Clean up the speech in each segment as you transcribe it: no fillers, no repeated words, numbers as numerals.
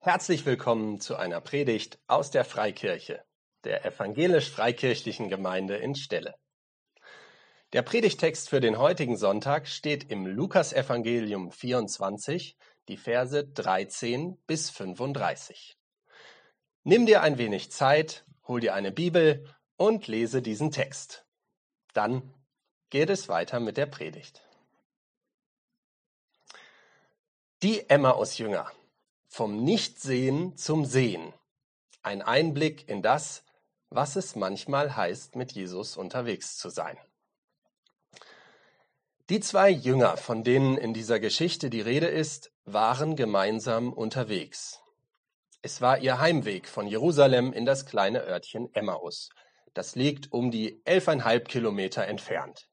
Herzlich willkommen zu einer Predigt aus der Freikirche, der evangelisch-freikirchlichen Gemeinde in Stelle. Der Predigtext für den heutigen Sonntag steht im Lukasevangelium 24, die Verse 13 bis 35. Nimm dir ein wenig Zeit, hol dir eine Bibel und lese diesen Text. Dann geht es weiter mit der Predigt. Die Emmaus-Jünger. Vom Nichtsehen zum Sehen. Ein Einblick in das, was es manchmal heißt, mit Jesus unterwegs zu sein. Die zwei Jünger, von denen in dieser Geschichte die Rede ist, waren gemeinsam unterwegs. Es war ihr Heimweg von Jerusalem in das kleine Örtchen Emmaus. Das liegt um die 11,5 Kilometer entfernt.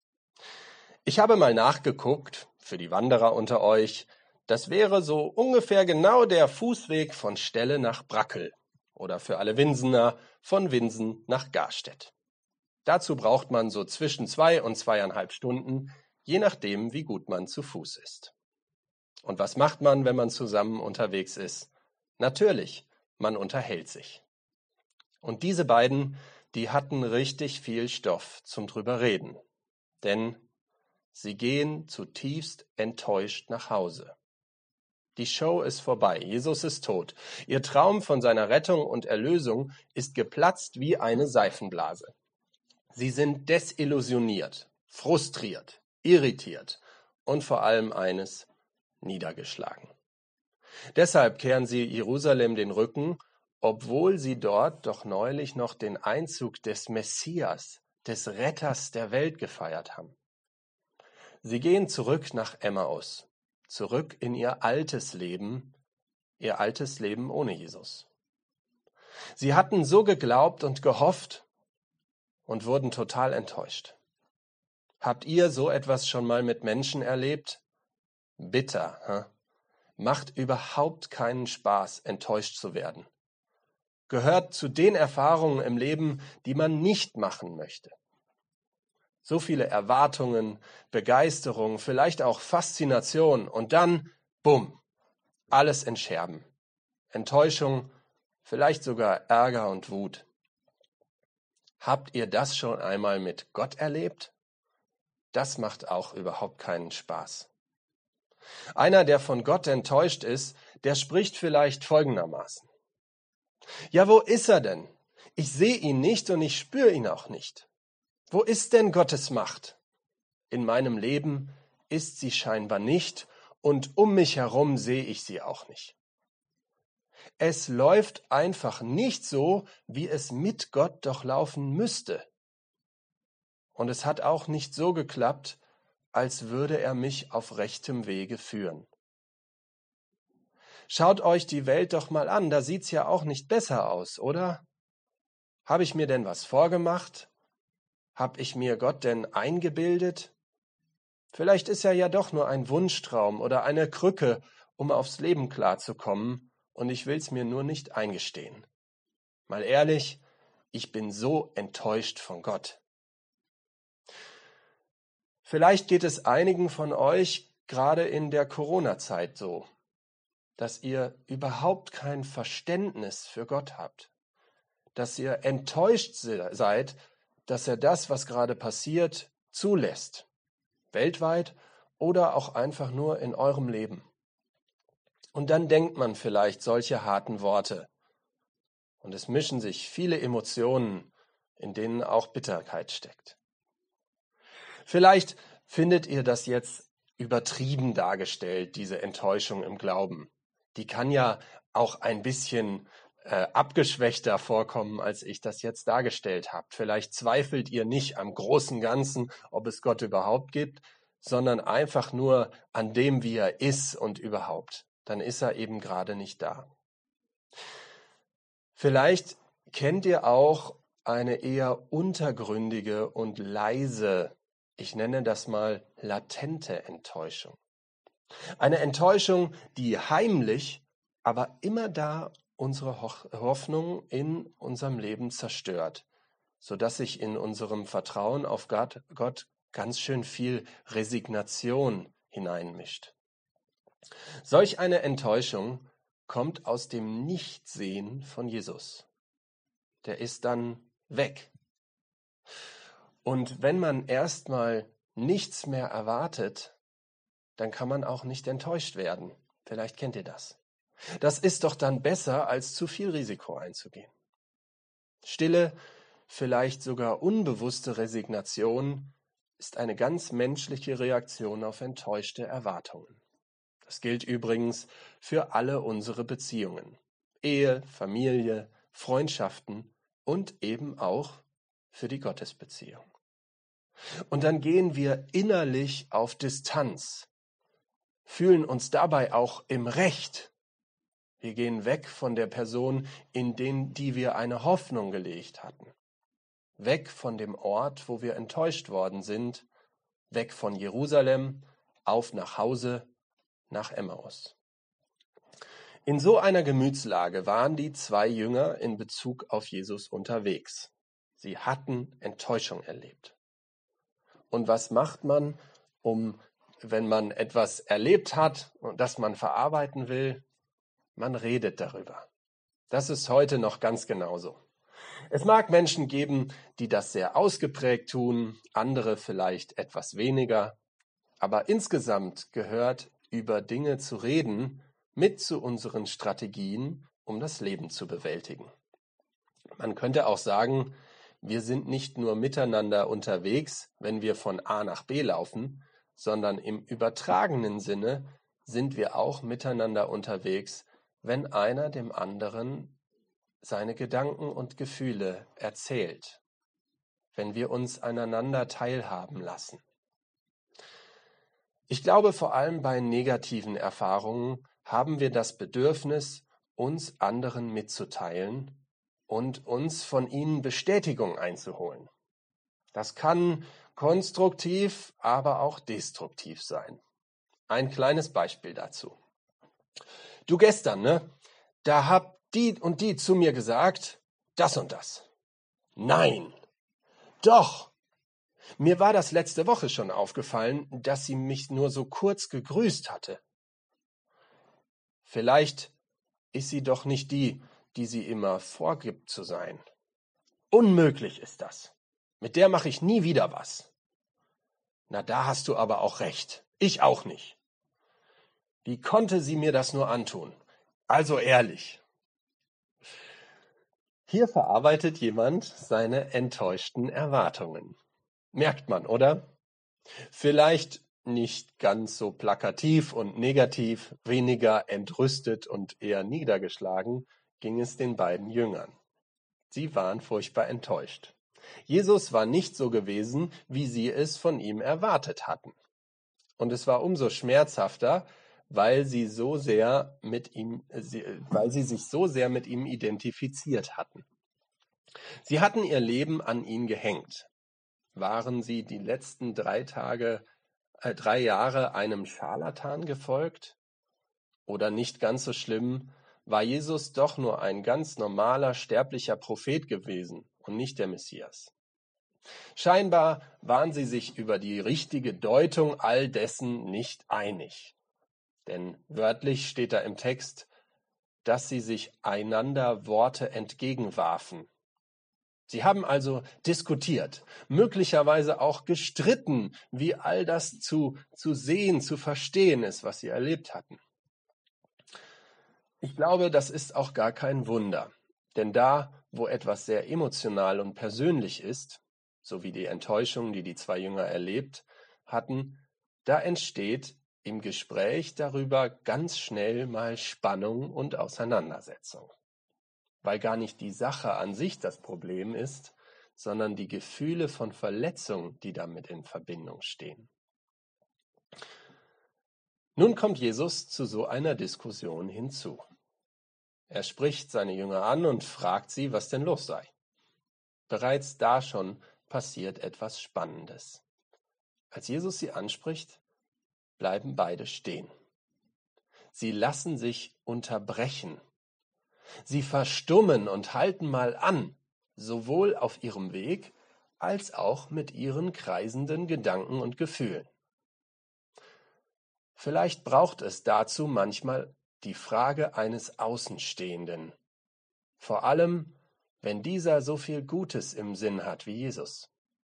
Ich habe mal nachgeguckt, für die Wanderer unter euch, das wäre so ungefähr genau der Fußweg von Stelle nach Brackel oder für alle Winsener von Winsen nach Garstedt. Dazu braucht man so zwischen 2 und 2,5 Stunden, je nachdem, wie gut man zu Fuß ist. Und was macht man, wenn man zusammen unterwegs ist? Natürlich, man unterhält sich. Und diese beiden, die hatten richtig viel Stoff zum drüber reden. Denn sie gehen zutiefst enttäuscht nach Hause. Die Show ist vorbei, Jesus ist tot. Ihr Traum von seiner Rettung und Erlösung ist geplatzt wie eine Seifenblase. Sie sind desillusioniert, frustriert, irritiert und vor allem eines, niedergeschlagen. Deshalb kehren sie Jerusalem den Rücken, obwohl sie dort doch neulich noch den Einzug des Messias, des Retters der Welt gefeiert haben. Sie gehen zurück nach Emmaus. Zurück in ihr altes Leben ohne Jesus. Sie hatten so geglaubt und gehofft und wurden total enttäuscht. Habt ihr so etwas schon mal mit Menschen erlebt? Bitter, Macht überhaupt keinen Spaß, enttäuscht zu werden. Gehört zu den Erfahrungen im Leben, die man nicht machen möchte. So viele Erwartungen, Begeisterung, vielleicht auch Faszination und dann, bumm, alles in Scherben. Enttäuschung, vielleicht sogar Ärger und Wut. Habt ihr das schon einmal mit Gott erlebt? Das macht auch überhaupt keinen Spaß. Einer, der von Gott enttäuscht ist, der spricht vielleicht folgendermaßen. Ja, wo ist er denn? Ich sehe ihn nicht und ich spüre ihn auch nicht. Wo ist denn Gottes Macht? In meinem Leben ist sie scheinbar nicht und um mich herum sehe ich sie auch nicht. Es läuft einfach nicht so, wie es mit Gott doch laufen müsste. Und es hat auch nicht so geklappt, als würde er mich auf rechtem Wege führen. Schaut euch die Welt doch mal an, da sieht's ja auch nicht besser aus, oder? Habe ich mir denn was vorgemacht? Hab ich mir Gott denn eingebildet? Vielleicht ist er ja doch nur ein Wunschtraum oder eine Krücke, um aufs Leben klarzukommen, und ich will's mir nur nicht eingestehen. Mal ehrlich, ich bin so enttäuscht von Gott. Vielleicht geht es einigen von euch gerade in der Corona-Zeit so, dass ihr überhaupt kein Verständnis für Gott habt, dass ihr enttäuscht seid, dass er das, was gerade passiert, zulässt, weltweit oder auch einfach nur in eurem Leben. Und dann denkt man vielleicht solche harten Worte und es mischen sich viele Emotionen, in denen auch Bitterkeit steckt. Vielleicht findet ihr das jetzt übertrieben dargestellt, diese Enttäuschung im Glauben. Die kann ja auch ein bisschen abgeschwächter vorkommen, als ich das jetzt dargestellt habe. Vielleicht zweifelt ihr nicht am großen Ganzen, ob es Gott überhaupt gibt, sondern einfach nur an dem, wie er ist und überhaupt. Dann ist er eben gerade nicht da. Vielleicht kennt ihr auch eine eher untergründige und leise, ich nenne das mal latente Enttäuschung. Eine Enttäuschung, die heimlich, aber immer da unsere Hoffnung in unserem Leben zerstört, sodass sich in unserem Vertrauen auf Gott ganz schön viel Resignation hineinmischt. Solch eine Enttäuschung kommt aus dem Nichtsehen von Jesus. Der ist dann weg. Und wenn man erstmal nichts mehr erwartet, dann kann man auch nicht enttäuscht werden. Vielleicht kennt ihr das. Das ist doch dann besser, als zu viel Risiko einzugehen. Stille, vielleicht sogar unbewusste Resignation ist eine ganz menschliche Reaktion auf enttäuschte Erwartungen. Das gilt übrigens für alle unsere Beziehungen. Ehe, Familie, Freundschaften und eben auch für die Gottesbeziehung. Und dann gehen wir innerlich auf Distanz, fühlen uns dabei auch im Recht. Wir gehen weg von der Person, in die wir eine Hoffnung gelegt hatten. Weg von dem Ort, wo wir enttäuscht worden sind, weg von Jerusalem, auf nach Hause, nach Emmaus. In so einer Gemütslage waren die 2 Jünger in Bezug auf Jesus unterwegs. Sie hatten Enttäuschung erlebt. Und was macht man, wenn man etwas erlebt hat und das man verarbeiten will? Man redet darüber. Das ist heute noch ganz genauso. Es mag Menschen geben, die das sehr ausgeprägt tun, andere vielleicht etwas weniger. Aber insgesamt gehört über Dinge zu reden mit zu unseren Strategien, um das Leben zu bewältigen. Man könnte auch sagen, wir sind nicht nur miteinander unterwegs, wenn wir von A nach B laufen, sondern im übertragenen Sinne sind wir auch miteinander unterwegs, wenn einer dem anderen seine Gedanken und Gefühle erzählt, wenn wir uns aneinander teilhaben lassen. Ich glaube, vor allem bei negativen Erfahrungen haben wir das Bedürfnis, uns anderen mitzuteilen und uns von ihnen Bestätigung einzuholen. Das kann konstruktiv, aber auch destruktiv sein. Ein kleines Beispiel dazu. Du gestern, ne? Da habt die und die zu mir gesagt, das und das. Nein, doch. Mir war das letzte Woche schon aufgefallen, dass sie mich nur so kurz gegrüßt hatte. Vielleicht ist sie doch nicht die sie immer vorgibt zu sein. Unmöglich ist das. Mit der mache ich nie wieder was. Na, da hast du aber auch recht. Ich auch nicht. Wie konnte sie mir das nur antun? Also ehrlich. Hier verarbeitet jemand seine enttäuschten Erwartungen. Merkt man, oder? Vielleicht nicht ganz so plakativ und negativ, weniger entrüstet und eher niedergeschlagen ging es den beiden Jüngern. Sie waren furchtbar enttäuscht. Jesus war nicht so gewesen, wie sie es von ihm erwartet hatten. Und es war umso schmerzhafter, weil sie sich so sehr mit ihm identifiziert hatten. Sie hatten ihr Leben an ihn gehängt. Waren sie die letzten 3 Jahre einem Scharlatan gefolgt? Oder nicht ganz so schlimm, war Jesus doch nur ein ganz normaler sterblicher Prophet gewesen und nicht der Messias. Scheinbar waren sie sich über die richtige Deutung all dessen nicht einig. Denn wörtlich steht da im Text, dass sie sich einander Worte entgegenwarfen. Sie haben also diskutiert, möglicherweise auch gestritten, wie all das zu sehen, zu verstehen ist, was sie erlebt hatten. Ich glaube, das ist auch gar kein Wunder, denn da, wo etwas sehr emotional und persönlich ist, so wie die Enttäuschung, die die 2 Jünger erlebt hatten, da entsteht im Gespräch darüber ganz schnell mal Spannung und Auseinandersetzung. Weil gar nicht die Sache an sich das Problem ist, sondern die Gefühle von Verletzung, die damit in Verbindung stehen. Nun kommt Jesus zu so einer Diskussion hinzu. Er spricht seine Jünger an und fragt sie, was denn los sei. Bereits da schon passiert etwas Spannendes. Als Jesus sie anspricht, bleiben beide stehen. Sie lassen sich unterbrechen. Sie verstummen und halten mal an, sowohl auf ihrem Weg als auch mit ihren kreisenden Gedanken und Gefühlen. Vielleicht braucht es dazu manchmal die Frage eines Außenstehenden, vor allem wenn dieser so viel Gutes im Sinn hat wie Jesus.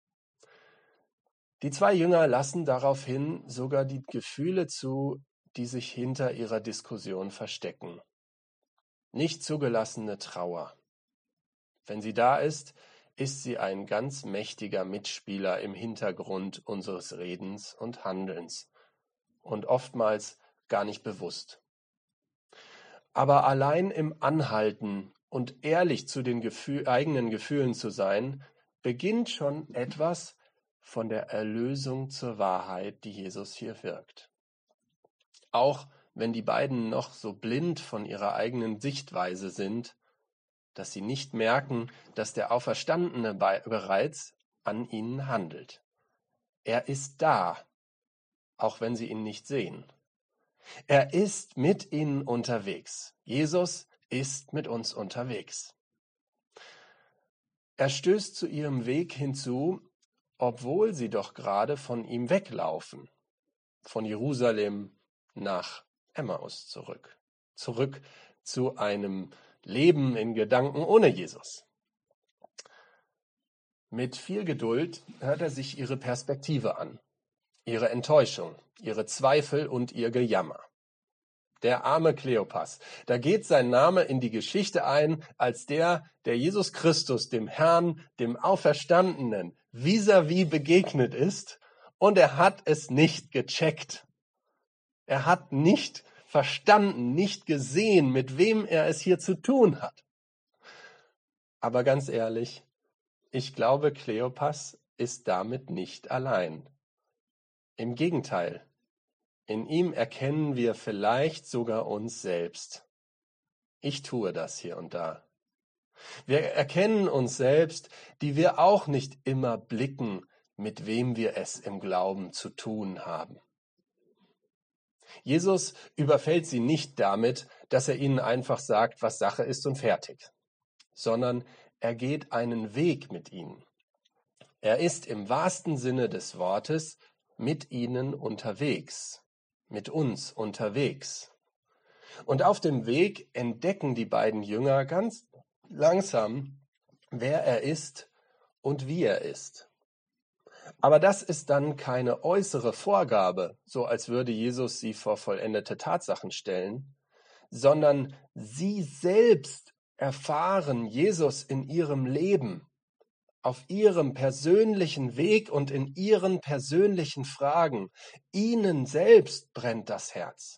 Die zwei Jünger lassen daraufhin sogar die Gefühle zu, die sich hinter ihrer Diskussion verstecken. Nicht zugelassene Trauer. Wenn sie da ist, ist sie ein ganz mächtiger Mitspieler im Hintergrund unseres Redens und Handelns und oftmals gar nicht bewusst. Aber allein im Anhalten und ehrlich zu den eigenen Gefühlen zu sein, beginnt schon etwas von der Erlösung zur Wahrheit, die Jesus hier wirkt. Auch wenn die beiden noch so blind von ihrer eigenen Sichtweise sind, dass sie nicht merken, dass der Auferstandene bereits an ihnen handelt. Er ist da, auch wenn sie ihn nicht sehen. Er ist mit ihnen unterwegs. Jesus ist mit uns unterwegs. Er stößt zu ihrem Weg hinzu, obwohl sie doch gerade von ihm weglaufen, von Jerusalem nach Emmaus zurück zu einem Leben in Gedanken ohne Jesus. Mit viel Geduld hört er sich ihre Perspektive an, ihre Enttäuschung, ihre Zweifel und ihr Gejammer. Der arme Kleopas, da geht sein Name in die Geschichte ein als der Jesus Christus, dem Herrn, dem Auferstandenen, vis-à-vis begegnet ist und er hat es nicht gecheckt. Er hat nicht verstanden, nicht gesehen, mit wem er es hier zu tun hat. Aber ganz ehrlich, ich glaube, Kleopas ist damit nicht allein. Im Gegenteil, in ihm erkennen wir vielleicht sogar uns selbst. Ich tue das hier und da. Wir erkennen uns selbst, die wir auch nicht immer blicken, mit wem wir es im Glauben zu tun haben. Jesus überfällt sie nicht damit, dass er ihnen einfach sagt, was Sache ist und fertig, sondern er geht einen Weg mit ihnen. Er ist im wahrsten Sinne des Wortes mit ihnen unterwegs, mit uns unterwegs. Und auf dem Weg entdecken die beiden Jünger ganz langsam, wer er ist und wie er ist. Aber das ist dann keine äußere Vorgabe, so als würde Jesus sie vor vollendete Tatsachen stellen, sondern sie selbst erfahren Jesus in ihrem Leben, auf ihrem persönlichen Weg und in ihren persönlichen Fragen. Ihnen selbst brennt das Herz.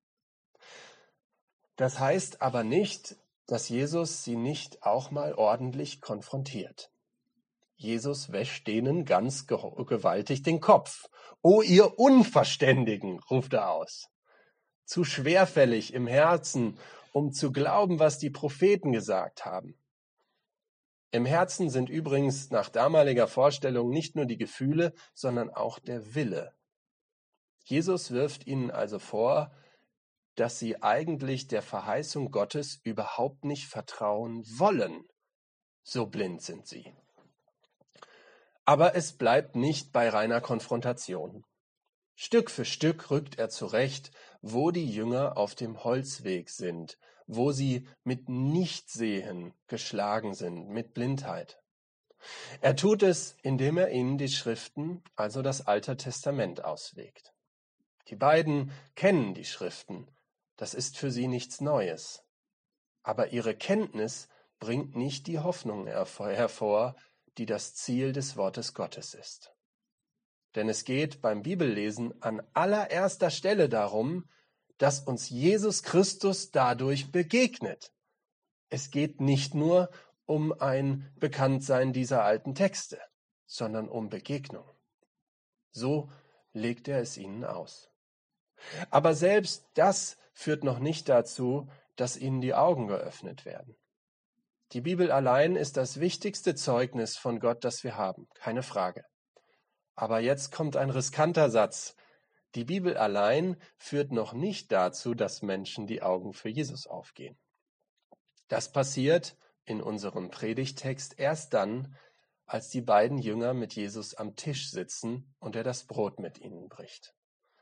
Das heißt aber nicht, dass Jesus sie nicht auch mal ordentlich konfrontiert. Jesus wäscht denen ganz gewaltig den Kopf. O ihr Unverständigen, ruft er aus. Zu schwerfällig im Herzen, um zu glauben, was die Propheten gesagt haben. Im Herzen sind übrigens nach damaliger Vorstellung nicht nur die Gefühle, sondern auch der Wille. Jesus wirft ihnen also vor, dass sie eigentlich der Verheißung Gottes überhaupt nicht vertrauen wollen. So blind sind sie. Aber es bleibt nicht bei reiner Konfrontation. Stück für Stück rückt er zurecht, wo die Jünger auf dem Holzweg sind, wo sie mit Nichtsehen geschlagen sind, mit Blindheit. Er tut es, indem er ihnen die Schriften, also das Alte Testament, auslegt. Die beiden kennen die Schriften, das ist für sie nichts Neues. Aber ihre Kenntnis bringt nicht die Hoffnung hervor, die das Ziel des Wortes Gottes ist. Denn es geht beim Bibellesen an allererster Stelle darum, dass uns Jesus Christus dadurch begegnet. Es geht nicht nur um ein Bekanntsein dieser alten Texte, sondern um Begegnung. So legt er es ihnen aus. Aber selbst das führt noch nicht dazu, dass ihnen die Augen geöffnet werden. Die Bibel allein ist das wichtigste Zeugnis von Gott, das wir haben, keine Frage. Aber jetzt kommt ein riskanter Satz. Die Bibel allein führt noch nicht dazu, dass Menschen die Augen für Jesus aufgehen. Das passiert in unserem Predigtext erst dann, als die beiden Jünger mit Jesus am Tisch sitzen und er das Brot mit ihnen bricht.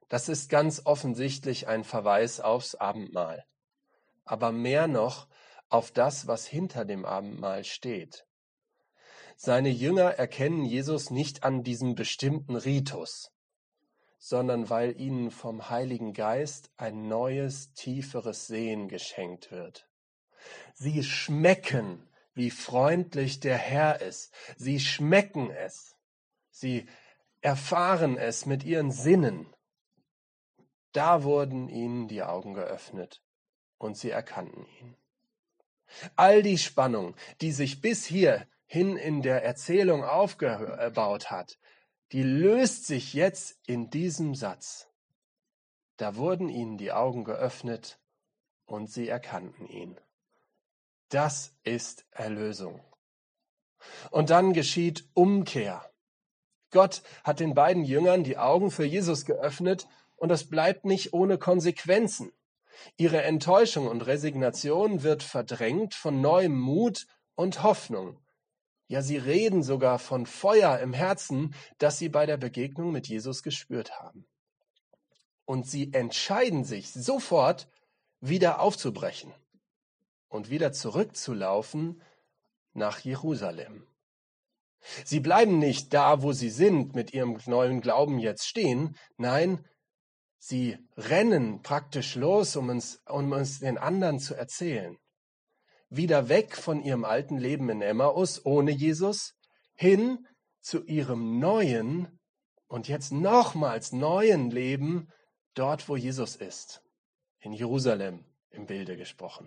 Das ist ganz offensichtlich ein Verweis aufs Abendmahl, aber mehr noch auf das, was hinter dem Abendmahl steht. Seine Jünger erkennen Jesus nicht an diesem bestimmten Ritus, sondern weil ihnen vom Heiligen Geist ein neues, tieferes Sehen geschenkt wird. Sie schmecken, wie freundlich der Herr ist. Sie schmecken es. Sie erfahren es mit ihren Sinnen. Da wurden ihnen die Augen geöffnet und sie erkannten ihn. All die Spannung, die sich bis hierhin in der Erzählung aufgebaut hat, die löst sich jetzt in diesem Satz. Da wurden ihnen die Augen geöffnet und sie erkannten ihn. Das ist Erlösung. Und dann geschieht Umkehr. Gott hat den beiden Jüngern die Augen für Jesus geöffnet und das bleibt nicht ohne Konsequenzen. Ihre Enttäuschung und Resignation wird verdrängt von neuem Mut und Hoffnung. Ja, sie reden sogar von Feuer im Herzen, das sie bei der Begegnung mit Jesus gespürt haben. Und sie entscheiden sich sofort, wieder aufzubrechen und wieder zurückzulaufen nach Jerusalem. Sie bleiben nicht da, wo sie sind, mit ihrem neuen Glauben jetzt stehen. Nein, sie rennen praktisch los, um es den anderen zu erzählen. Wieder weg von ihrem alten Leben in Emmaus ohne Jesus, hin zu ihrem neuen und jetzt nochmals neuen Leben dort, wo Jesus ist, in Jerusalem im Bilde gesprochen.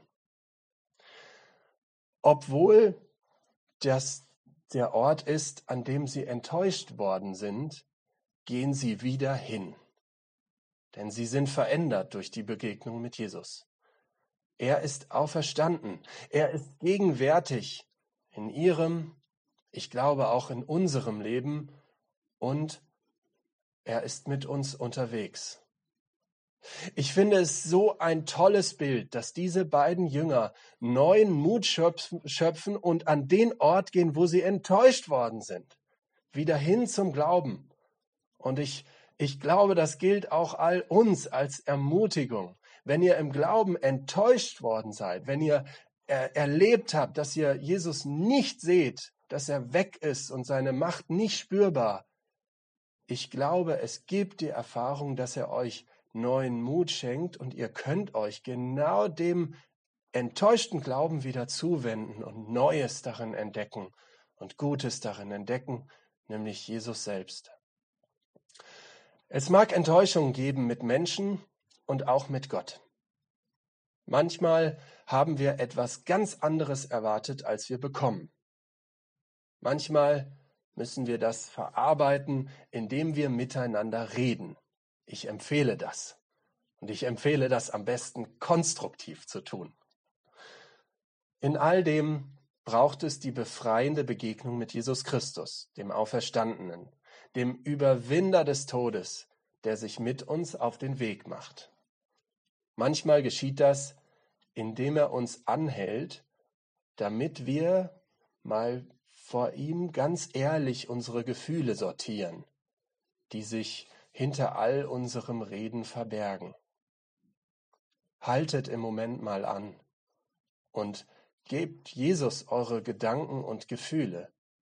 Obwohl das der Ort ist, an dem sie enttäuscht worden sind, gehen sie wieder hin. Denn sie sind verändert durch die Begegnung mit Jesus. Er ist auferstanden. Er ist gegenwärtig in ihrem, ich glaube auch in unserem Leben und er ist mit uns unterwegs. Ich finde es so ein tolles Bild, dass diese beiden Jünger neuen Mut schöpfen und an den Ort gehen, wo sie enttäuscht worden sind. Wieder hin zum Glauben. Und ich glaube, das gilt auch all uns als Ermutigung. Wenn ihr im Glauben enttäuscht worden seid, wenn ihr erlebt habt, dass ihr Jesus nicht seht, dass er weg ist und seine Macht nicht spürbar, ich glaube, es gibt die Erfahrung, dass er euch neuen Mut schenkt und ihr könnt euch genau dem enttäuschten Glauben wieder zuwenden und Neues darin entdecken und Gutes darin entdecken, nämlich Jesus selbst. Es mag Enttäuschungen geben mit Menschen und auch mit Gott. Manchmal haben wir etwas ganz anderes erwartet, als wir bekommen. Manchmal müssen wir das verarbeiten, indem wir miteinander reden. Ich empfehle das. Und ich empfehle das am besten konstruktiv zu tun. In all dem braucht es die befreiende Begegnung mit Jesus Christus, dem Auferstandenen, dem Überwinder des Todes, der sich mit uns auf den Weg macht. Manchmal geschieht das, indem er uns anhält, damit wir mal vor ihm ganz ehrlich unsere Gefühle sortieren, die sich hinter all unserem Reden verbergen. Haltet im Moment mal an und gebt Jesus eure Gedanken und Gefühle.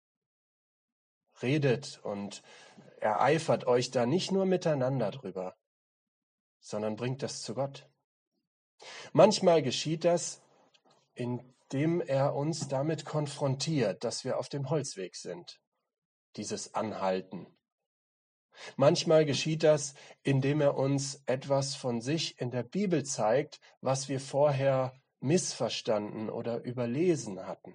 Redet und ereifert euch da nicht nur miteinander drüber, sondern bringt das zu Gott. Manchmal geschieht das, indem er uns damit konfrontiert, dass wir auf dem Holzweg sind, dieses Anhalten. Manchmal geschieht das, indem er uns etwas von sich in der Bibel zeigt, was wir vorher missverstanden oder überlesen hatten.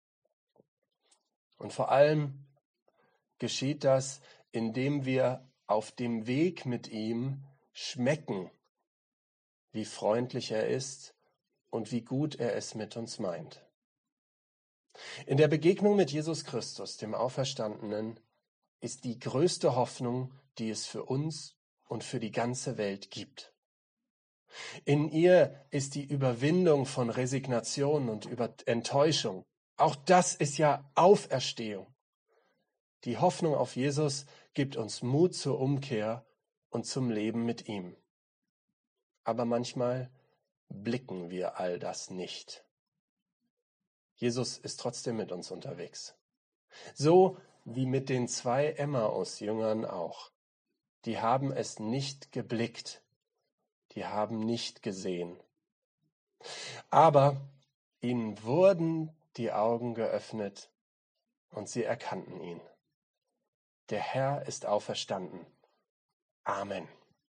Und vor allem geschieht das, indem wir auf dem Weg mit ihm schmecken, wie freundlich er ist und wie gut er es mit uns meint. In der Begegnung mit Jesus Christus, dem Auferstandenen, ist die größte Hoffnung, die es für uns und für die ganze Welt gibt. In ihr ist die Überwindung von Resignation und Enttäuschung. Auch das ist ja Auferstehung. Die Hoffnung auf Jesus gibt uns Mut zur Umkehr und zum Leben mit ihm. Aber manchmal blicken wir all das nicht. Jesus ist trotzdem mit uns unterwegs. So wie mit den 2 Emmaus-Jüngern auch. Die haben es nicht geblickt. Die haben nicht gesehen. Aber ihnen wurden die Augen geöffnet und sie erkannten ihn. Der Herr ist auferstanden. Amen.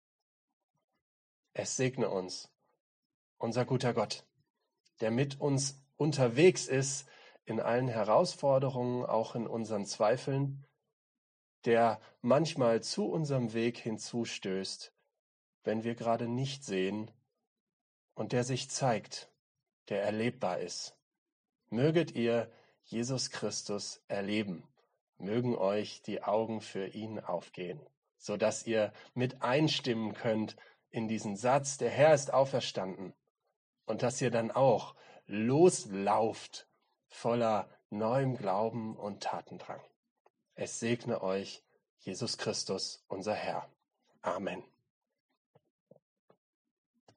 Es segne uns, unser guter Gott, der mit uns unterwegs ist in allen Herausforderungen, auch in unseren Zweifeln, der manchmal zu unserem Weg hinzustößt, wenn wir gerade nicht sehen, und der sich zeigt, der erlebbar ist. Möget ihr Jesus Christus erleben, mögen euch die Augen für ihn aufgehen, sodass ihr mit einstimmen könnt in diesen Satz, der Herr ist auferstanden, und dass ihr dann auch loslauft voller neuem Glauben und Tatendrang. Es segne euch Jesus Christus, unser Herr. Amen.